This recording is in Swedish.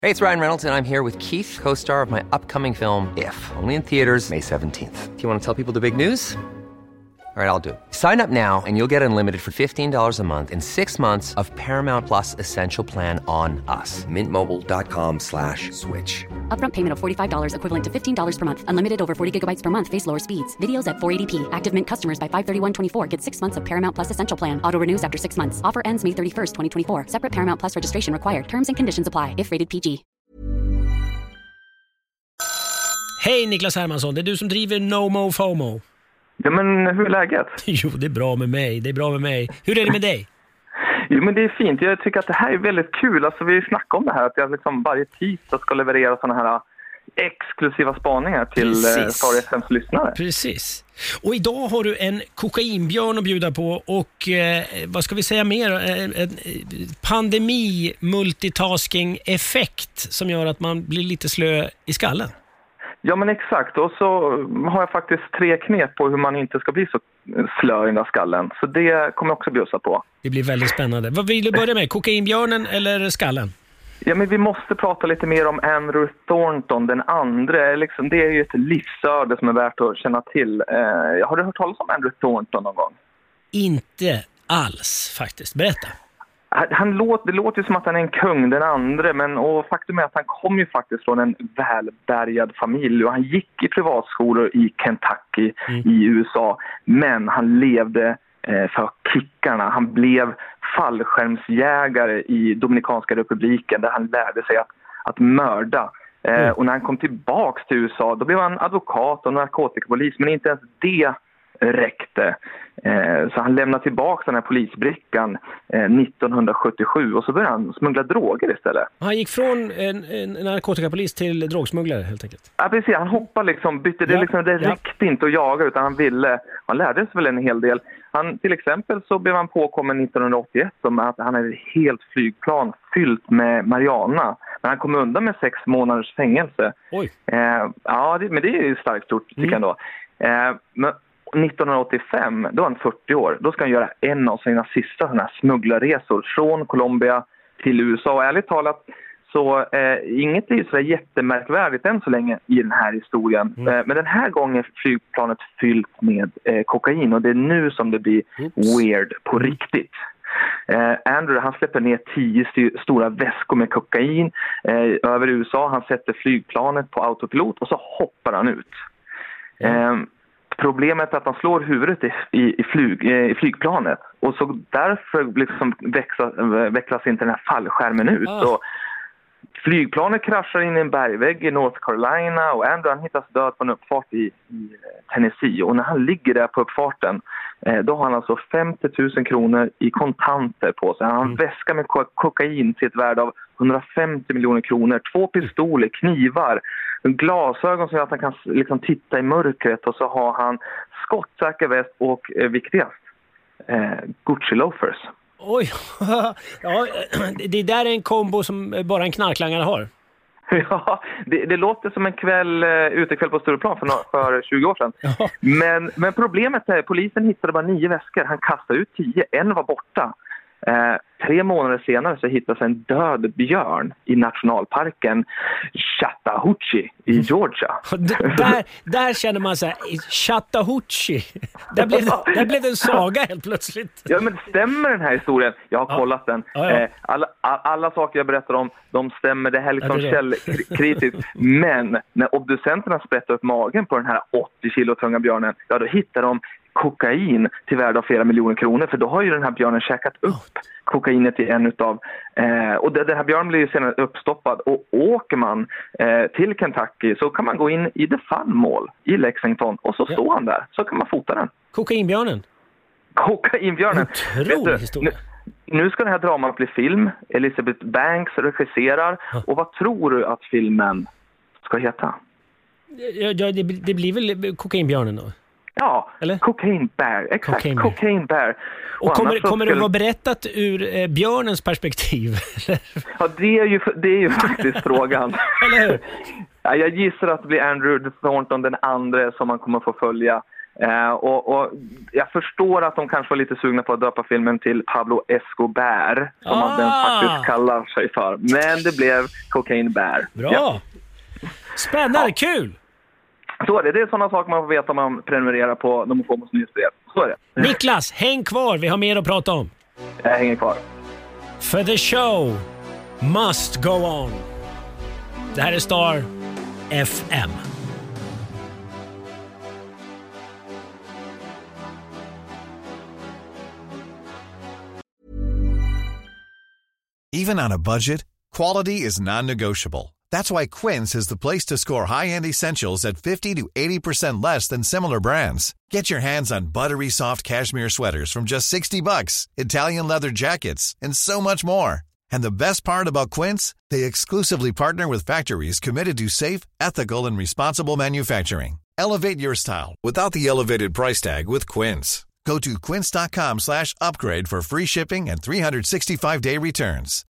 Hey, it's Ryan Reynolds, and I'm here with Keith, co-star of my upcoming film, If, only in theaters May 17th. Do you want to tell people the big news? All right, I'll do it. Sign up now and you'll get unlimited for $15 a month and 6 months of Paramount Plus Essential Plan on us. MintMobile.com/switch. Upfront payment of $45 equivalent to $15 per month. Unlimited over 40 gigabytes per month. Face lower speeds. Videos at 480p. Active Mint customers by 531.24 get 6 months of Paramount Plus Essential Plan. Auto renews after 6 months. Offer ends May 31st, 2024. Separate Paramount Plus registration required. Terms and conditions apply if rated PG. Hej Niklas Hermansson, det är du som driver NoMo FOMO. Ja, men hur är läget? Jo, det är bra med mig. Hur är det med dig? Jo, men det är fint. Jag tycker att det här är väldigt kul. Alltså, vi snackar om det här, att jag liksom varje tisdag ska leverera sådana här exklusiva spaningar till Star FMs lyssnare. Precis. Och idag har du en kokainbjörn att bjuda på och vad ska vi säga mer? En pandemi-multitasking-effekt som gör att man blir lite slö i skallen. Ja, men exakt. Och så har jag faktiskt 3 knep på hur man inte ska bli så slö i den där skallen. Så det kommer jag också bjussa på. Det blir väldigt spännande. Vad vill du börja med? Kokainbjörnen eller skallen? Ja, men vi måste prata lite mer om Andrew Thornton, den andra. Liksom, det är ju ett livsöde som är värt att känna till. Har du hört talas om Andrew Thornton någon gång? Inte alls faktiskt. Berätta. Det låter ju som att han är en kung, den andra, och faktum är att han kom ju faktiskt från en välbärgad familj och han gick i privatskolor i Kentucky i USA, men han levde för kickarna. Han blev fallskärmsjägare i Dominikanska republiken där han lärde sig att mörda. Och när han kom tillbaks till USA då blev han advokat och narkotikapolis, men inte ens det räckte. Så han lämnade tillbaka den här polisbrickan 1977 och så började han smuggla droger istället. Han gick från en narkotikapolis till drogsmugglare helt enkelt. Ja, precis. Han hoppade liksom, bytte det liksom, det räckte inte att jaga utan han lärde sig väl en hel del. Till exempel så blev han påkommen 1981 om att han hade ett helt flygplan fyllt med marijuana. Men han kom undan med 6 månaders fängelse. Oj. Men det är ju starkt stort tycker jag då. Men 1985, då är han 40 år. Då ska han göra en av sina sista såna här smugglarresor från Colombia till USA. Och ärligt talat så inget är ju så jättemärkvärdigt än så länge i den här historien. Men den här gången är flygplanet fyllt med kokain och det är nu som det blir weird på riktigt. Andrew han släpper ner 10 stora väskor med kokain över USA. Han sätter flygplanet på autopilot och så hoppar han ut. Problemet är att han slår huvudet i flygplanet och så därför liksom vecklas inte den här fallskärmen ut. Och flygplanet kraschar in i en bergvägg i North Carolina och Andrew han hittas död på en uppfart i Tennessee. Och när han ligger där på uppfarten då har han alltså 50 000 kronor i kontanter på sig. Han har en väska med kokain till ett värde av 150 miljoner kronor, 2 pistoler, knivar, glasögon som gör att han kan liksom titta i mörkret och så har han skottsäker väst och viktigast Gucci loafers. Oj, ja, det där är en kombo som bara en knarklangare har. Ja, det låter som en utekväll på Stureplan för 20 år sedan. Ja. Men problemet är att polisen hittade bara 9 väskor. Han kastade ut 10, en var borta. 3 månader senare så hittas en död björn i nationalparken Chattahoochee i Georgia. Där känner man så här, Chattahoochee. Där blev det en saga helt plötsligt. Ja, men stämmer den här historien? Jag har kollat den. Ja. Alla saker jag berättar om, de stämmer. Det här är liksom källkritiskt. Men när obducenterna sprättar upp magen på den här 80 kilo tunga björnen, ja då hittar de kokain till värde av flera miljoner kronor, för då har ju den här björnen käkat upp kokainet i en utav och den här björnen blir ju senare uppstoppad och åker man till Kentucky så kan man gå in i The Fun Mall i Lexington och så står han där, så kan man fota den. Kokainbjörnen. Otrolig historia. Nu ska det här dramat bli film. Elizabeth Banks regisserar och vad tror du att filmen ska heta? Ja, det blir väl Kokainbjörnen då? Ja, eller? Cocaine Bear. Exakt, Cocaine Bear. Och kommer det vara berättat ur björnens perspektiv? Ja, det är ju faktiskt frågan. Eller hur? Ja, jag gissar att det blir Andrew Thornton den andra som man kommer få följa Och jag förstår att de kanske var lite sugna på att döpa filmen till Pablo Escobar, som den faktiskt kallar sig för. Men det blev Cocaine Bear. Bra! Ja. Spännande, kul! Så är det. Det är sådana saker man får veta om man prenumererar på Nomofomos nyhetsbrev. Så är det. Niklas, häng kvar. Vi har mer att prata om. Jag hänger kvar. For the show must go on. Det här är Star FM. Even on a budget, quality is non-negotiable. That's why Quince is the place to score high-end essentials at 50 to 80% less than similar brands. Get your hands on buttery soft cashmere sweaters from just $60, Italian leather jackets, and so much more. And the best part about Quince, they exclusively partner with factories committed to safe, ethical, and responsible manufacturing. Elevate your style without the elevated price tag with Quince. Go to quince.com/upgrade for free shipping and 365-day returns.